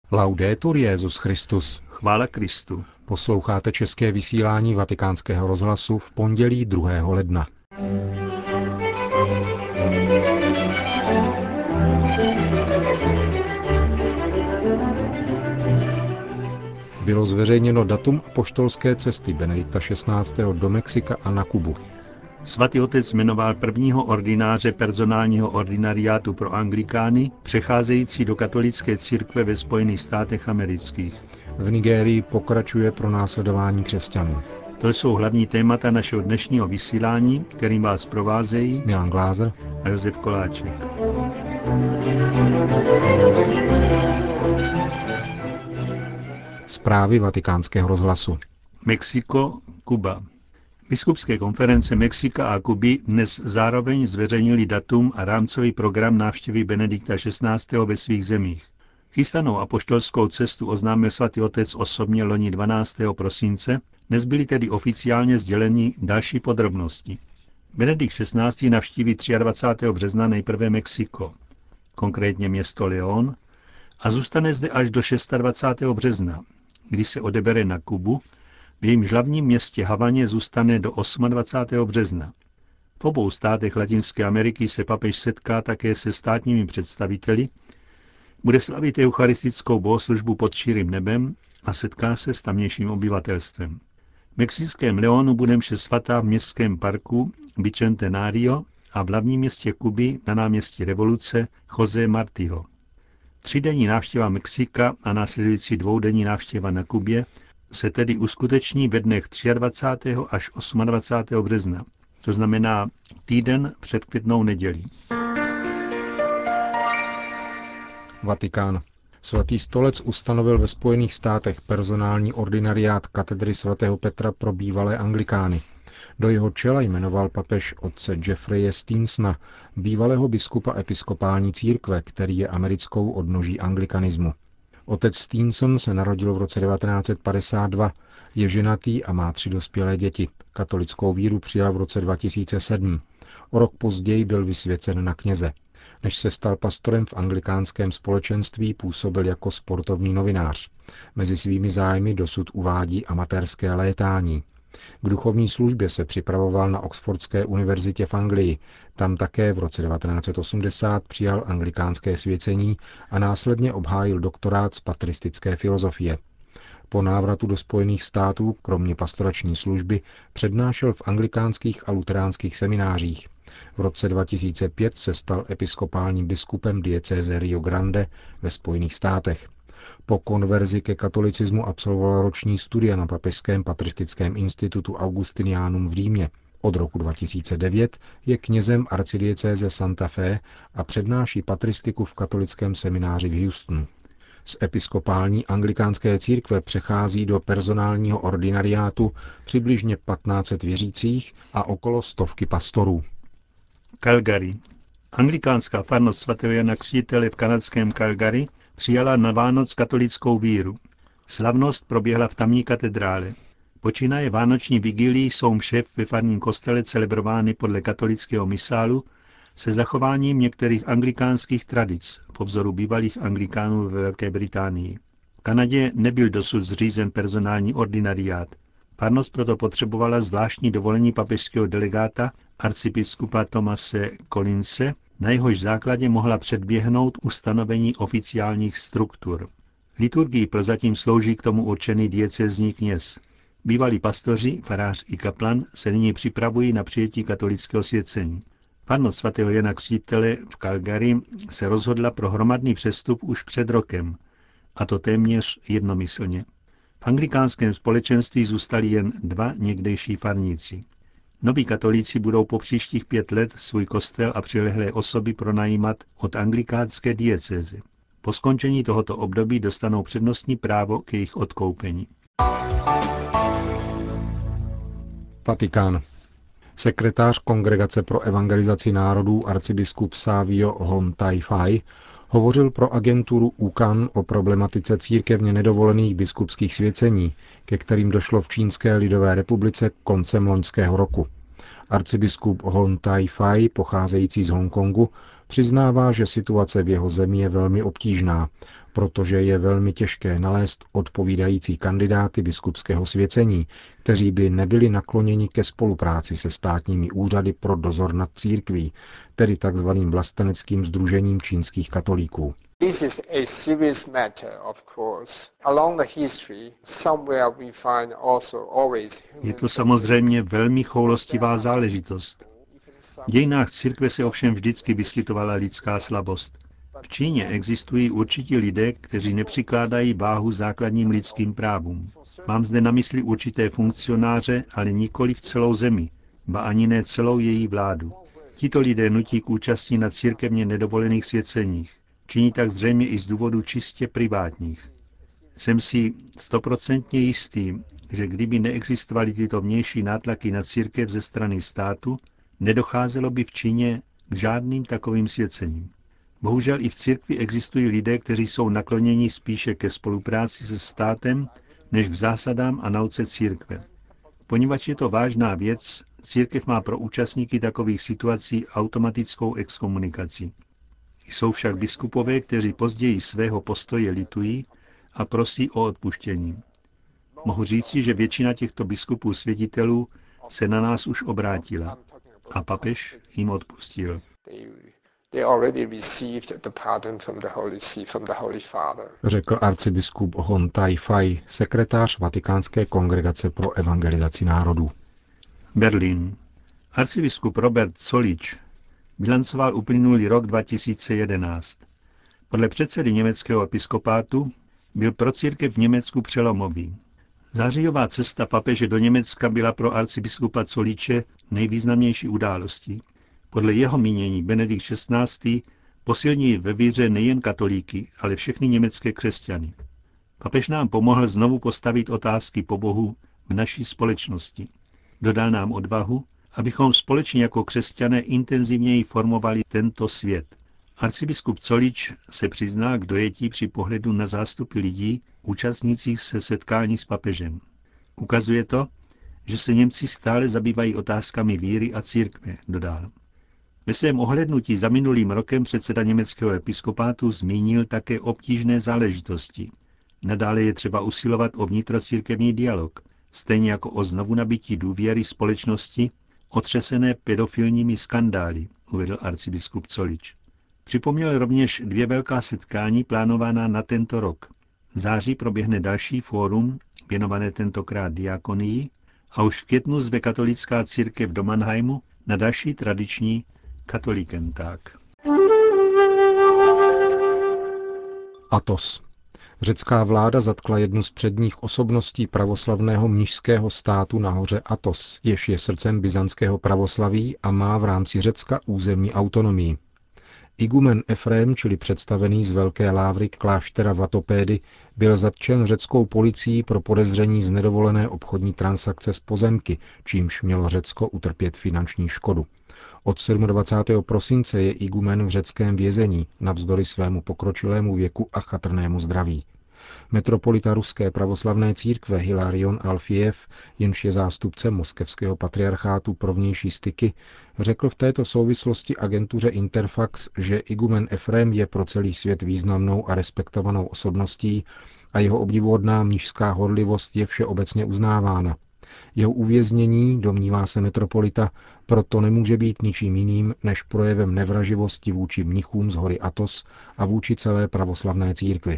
Laudetur Jesus Christus. Chvála Kristu. Posloucháte české vysílání Vatikánského rozhlasu v pondělí 2. ledna. Bylo zveřejněno datum apoštolské cesty Benedikta XVI. Do Mexika a na Kubu. Svatý otec jmenoval prvního ordináře personálního ordinariátu pro anglikány, přecházející do katolické církve ve Spojených státech amerických. V Nigérii pokračuje pronásledování křesťanů. To jsou hlavní témata našeho dnešního vysílání, kterým vás provázejí Milan Glázer a Josef Koláček. Zprávy Vatikánského rozhlasu. Mexiko, Kuba. Biskupské konference Mexika a Kuby dnes zároveň zveřejnili datum a rámcový program návštěvy Benedikta XVI. Ve svých zemích. Chystanou apoštolskou cestu oznámil svatý otec osobně loni 12. prosince, dnes byly tedy oficiálně sděleni další podrobnosti. Benedikt XVI. Navštíví 23. března nejprve Mexiko, konkrétně město León, a zůstane zde až do 26. března, kdy se odebere na Kubu. V jejím hlavním městě Havaně zůstane do 28. března. V obou státech Latinské Ameriky se papež setká také se státními představiteli, bude slavit eucharistickou bohoslužbu pod širým nebem a setká se s tamnějším obyvatelstvem. V mexickém Leónu bude mše svatá v městském parku Bicentenario a v hlavním městě Kuby na náměstí Revoluce José Martího. 3denní návštěva Mexika a následující 2denní návštěva na Kubě se tedy uskuteční ve dnech 23. až 28. března, to znamená týden před Květnou nedělí. Vatikán. Svatý stolec ustanovil ve Spojených státech personální ordinariát katedry svatého Petra pro bývalé anglikány. Do jeho čela jmenoval papež otce Jeffreye Steensona, bývalého biskupa episkopální církve, který je americkou odnoží anglikanismu. Otec Steenson se narodil v roce 1952, je ženatý a má 3 dospělé děti. Katolickou víru přijal v roce 2007. O rok později byl vysvěcen na kněze. Než se stal pastorem v anglikánském společenství, působil jako sportovní novinář. Mezi svými zájmy dosud uvádí amatérské létání. K duchovní službě se připravoval na Oxfordské univerzitě v Anglii. Tam také v roce 1980 přijal anglikánské svěcení a následně obhájil doktorát z patristické filozofie. Po návratu do Spojených států, kromě pastorační služby, přednášel v anglikánských a luteránských seminářích. V roce 2005 se stal episkopálním biskupem diecéze Rio Grande ve Spojených státech. Po konverzi ke katolicismu absolvoval roční studia na Papežském patristickém institutu Augustinianum v Římě. Od roku 2009 je knězem arcidiecéze Santa Fe a přednáší patristiku v katolickém semináři v Houstonu. Z episkopální anglikánské církve přechází do personálního ordinariátu přibližně 1500 věřících a okolo 100 pastorů. Calgary. Anglikánská farnost svatého Jana Křtitele v kanadském Calgary přijala na Vánoc katolickou víru. Slavnost proběhla v tamní katedrále. Počínaje vánoční vigílii jsou mše ve farním kostele celebrovány podle katolického misálu se zachováním některých anglikánských tradic po vzoru bývalých anglikánů ve Velké Británii. V Kanadě nebyl dosud zřízen personální ordinariát. Farnost proto potřebovala zvláštní dovolení papežského delegáta arcibiskupa Thomase Collinse, na jehož základě mohla předběhnout ustanovení oficiálních struktur. Liturgii prozatím slouží k tomu určený diecézní kněz. Bývalí pastoři, farář i kaplan se nyní připravují na přijetí katolického svěcení. Farnost svatého Jana Křtitele v Calgary se rozhodla pro hromadný přestup už před rokem, a to téměř jednomyslně. V anglikánském společenství zůstali jen 2 někdejší farníci. Noví katolíci budou po příštích 5 let svůj kostel a přilehlé osoby pronajímat od anglikánské diecéze. Po skončení tohoto období dostanou přednostní právo k jejich odkoupení. Vatikán. Sekretář Kongregace pro evangelizaci národů arcibiskup Savio Hon Tai-Fai hovořil pro agenturu UCAN o problematice církevně nedovolených biskupských svěcení, ke kterým došlo v Čínské lidové republice koncem loňského roku. Arcibiskup Hon Tai-Fai, pocházející z Hongkongu, přiznává, že situace v jeho zemi je velmi obtížná. protože je velmi těžké nalézt odpovídající kandidáty biskupského svěcení, kteří by nebyli nakloněni ke spolupráci se státními úřady pro dozor nad církví, tedy tzv. Vlasteneckým sdružením čínských katolíků. Je to samozřejmě velmi choulostivá záležitost. V dějinách církve se ovšem vždycky vyskytovala lidská slabost. V Číně existují určití lidé, kteří nepřikládají váhu základním lidským právům. Mám zde na mysli určité funkcionáře, ale nikoli v celou zemi, ba ani ne celou její vládu. Tito lidé nutí k účasti na církevně nedovolených svěceních. Činí tak zřejmě i z důvodu čistě privátních. Jsem si 100% jistý, že kdyby neexistovaly tyto vnější nátlaky na církev ze strany státu, nedocházelo by v Číně k žádným takovým svěcením. Bohužel i v církvi existují lidé, kteří jsou nakloněni spíše ke spolupráci se státem, než k zásadám a nauce církve. Poněvadž je to vážná věc, církev má pro účastníky takových situací automatickou exkomunikaci. Jsou však biskupové, kteří později svého postoje litují a prosí o odpuštění. Mohu říci, že většina těchto biskupů světitelů se na nás už obrátila a papež jim odpustil. Řekl arcibiskup Hon Tai-fai, sekretář Vatikánské kongregace pro evangelizaci národů. Berlín. Arcibiskup Robert Zollitsch bilancoval uplynulý rok 2011. Podle předsedy německého episkopátu byl pro církev v Německu přelomový. Zářijová cesta papeže do Německa byla pro arcibiskupa Zollitsche nejvýznamnější událostí. Podle jeho mínění Benedikt XVI. Posilní ve víře nejen katolíky, ale všechny německé křesťany. Papež nám pomohl znovu postavit otázky po Bohu v naší společnosti. Dodal nám odvahu, abychom společně jako křesťané intenzivněji formovali tento svět. Arcibiskup Zollitsch se přiznal k dojetí při pohledu na zástupy lidí, účastnících se setkání s papežem. Ukazuje to, že se Němci stále zabývají otázkami víry a církve, dodal. Ve svém ohlédnutí za minulým rokem předseda německého episkopátu zmínil také obtížné záležitosti. Nadále je třeba usilovat o vnitrocírkevní dialog, stejně jako o znovunabití důvěry společnosti otřesené pedofilními skandály, uvedl arcibiskup Zollitsch. Připomněl rovněž 2 velká setkání plánovaná na tento rok. V září proběhne další fórum, věnované tentokrát diakonii, a už v květnu zve katolická církev do Mannheimu na další tradiční Katholikentag. Athos. Řecká vláda zatkla jednu z předních osobností pravoslavného mnišského státu na hoře Athos, jež je srdcem byzantského pravoslaví a má v rámci Řecka územní autonomii. Igumen Efrém, čili představený z Velké lávry kláštera Vatopédy, byl zatčen řeckou policií pro podezření z nedovolené obchodní transakce s pozemky, čímž mělo Řecko utrpět finanční škodu. Od 27. prosince je igumen v řeckém vězení, navzdory svému pokročilému věku a chatrnému zdraví. Metropolita ruské pravoslavné církve Hilarion Alfiev, jenž je zástupcem moskevského patriarchátu pro vnější styky, řekl v této souvislosti agentuře Interfax, že igumen Efrém je pro celý svět významnou a respektovanou osobností a jeho obdivuhodná mnišská horlivost je všeobecně uznávána. Jeho uvěznění, domnívá se metropolita, proto nemůže být ničím jiným než projevem nevraživosti vůči mnichům z hory Athos a vůči celé pravoslavné církvi.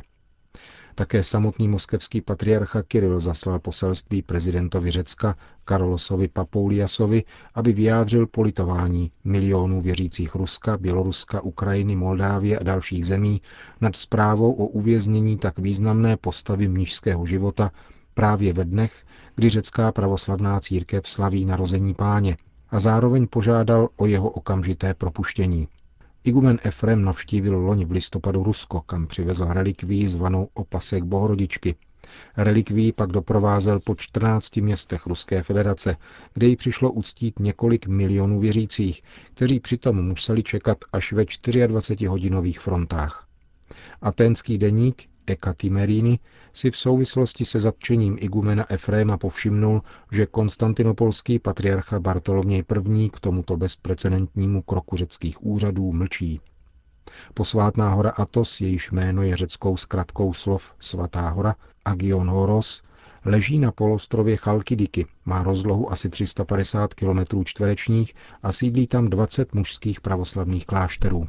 Také samotný moskevský patriarcha Kiril zaslal poselství prezidentovi Řecka Karolosovi Papouliasovi, aby vyjádřil politování milionů věřících Ruska, Běloruska, Ukrajiny, Moldávie a dalších zemí nad zprávou o uvěznění tak významné postavy mnišského života právě ve dnech, kdy řecká pravoslavná církev slaví narození Páně, a zároveň požádal o jeho okamžité propuštění. Igumen Efrém navštívil loni v listopadu Rusko, kam přivezl relikvii zvanou Opasek Bohorodičky. Relikvii pak doprovázel po 14 městech Ruské federace, kde ji přišlo uctít několik milionů věřících, kteří přitom museli čekat až ve 24hodinových frontách. Aténský deník Ekatimerini si v souvislosti se zatčením igumena Efréma povšimnul, že konstantinopolský patriarcha Bartoloměj I. k tomuto bezprecedentnímu kroku řeckých úřadů mlčí. Posvátná hora Athos, jejíž jméno je řeckou zkratkou slov Svatá hora, Agion Horos, leží na poloostrově Chalkidiky, má rozlohu asi 350 km čtverečních a sídlí tam 20 mužských pravoslavných klášterů.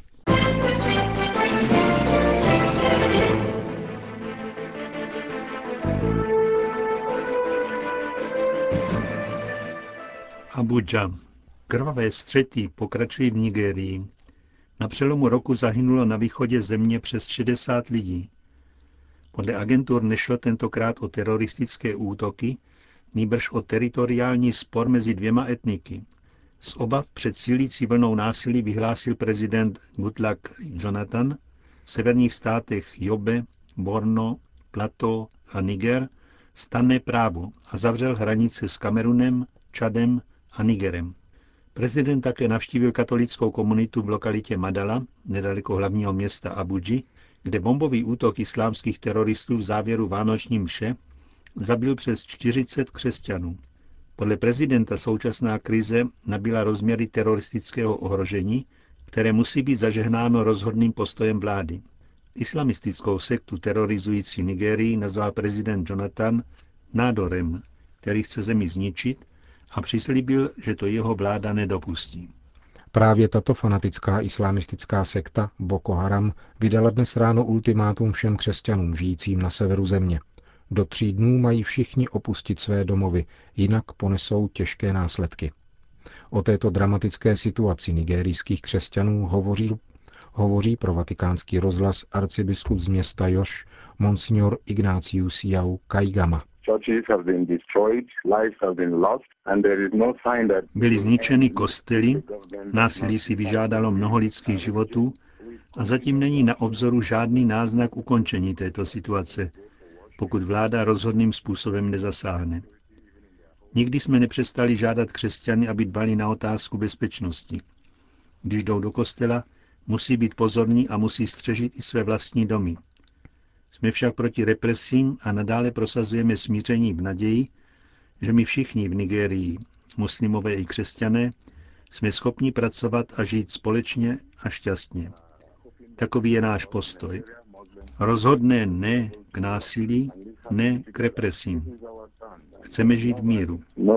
Abuja. Krvavé střety pokračují v Nigérii. Na přelomu roku zahynulo na východě země přes 60 lidí. Podle agentur nešlo tentokrát o teroristické útoky, nýbrž o teritoriální spor mezi dvěma etniky. Z obav před sílící vlnou násilí vyhlásil prezident Goodluck Jonathan v severních státech Yobe, Borno, Plateau a Niger stanné právo a zavřel hranice s Kamerunem, Čadem a Nigerem. Prezident také navštívil katolickou komunitu v lokalitě Madala, nedaleko hlavního města Abudži, kde bombový útok islámských teroristů v závěru vánoční mše zabil přes 40 křesťanů. Podle prezidenta současná krize nabyla rozměry teroristického ohrožení, které musí být zažehnáno rozhodným postojem vlády. Islamistickou sektu terorizující Nigérii nazval prezident Jonathan nádorem, který chce zemi zničit, a přislíbil, že to jeho vláda nedopustí. Právě tato fanatická islámistická sekta Boko Haram vydala dnes ráno ultimátum všem křesťanům žijícím na severu země. Do 3 dnů mají všichni opustit své domovy, jinak ponesou těžké následky. O této dramatické situaci nigerijských křesťanů hovoří pro Vatikánský rozhlas arcibiskup z města Jos, monsignor Ignatius Jau Kaigama. Byly zničeny kostely, násilí si vyžádalo mnoho lidských životů a zatím není na obzoru žádný náznak ukončení této situace, pokud vláda rozhodným způsobem nezasáhne. Nikdy jsme nepřestali žádat křesťany, aby dbali na otázku bezpečnosti. Když jdou do kostela, musí být pozorní a musí střežit i své vlastní domy. Jsme však proti represím a nadále prosazujeme smíření v naději, že my všichni v Nigérii, muslimové i křesťané, jsme schopni pracovat a žít společně a šťastně. Takový je náš postoj. Rozhodné ne k násilí, ne k represím. Chceme žít v míru.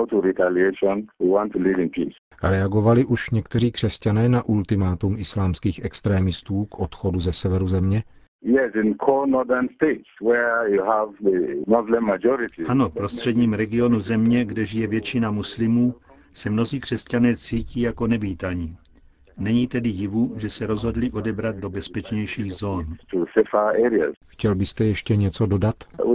Reagovali už někteří křesťané na ultimátum islámských extrémistů k odchodu ze severu země? Ano, v prostředním regionu země, kde žije většina muslimů, se mnozí křesťané cítí jako nevítaní. Není tedy divu, že se rozhodli odebrat do bezpečnějších zón. Chtěl byste ještě něco dodat?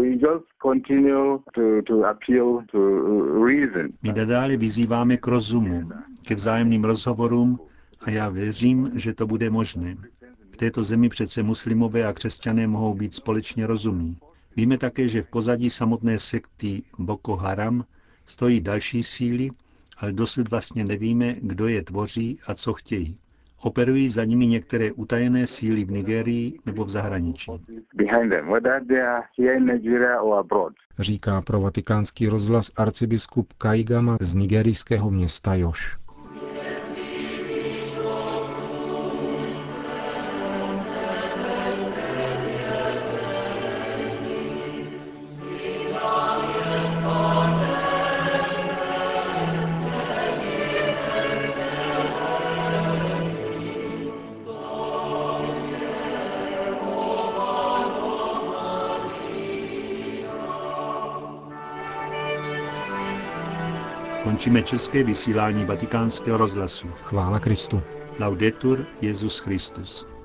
My nadále vyzýváme k rozumu, ke vzájemným rozhovorům a já věřím, že to bude možné. V této zemi přece muslimové a křesťané mohou být společně rozumní. Víme také, že v pozadí samotné sekty Boko Haram stojí další síly, ale dosud vlastně nevíme, kdo je tvoří a co chtějí. Operují za nimi některé utajené síly v Nigérii nebo v zahraničí. Říká pro Vatikánský rozhlas arcibiskup Kaigama z nigerijského města Jos. Končíme české vysílání Vatikánského rozhlasu. Chvála Kristu. Laudetur Jesus Christus.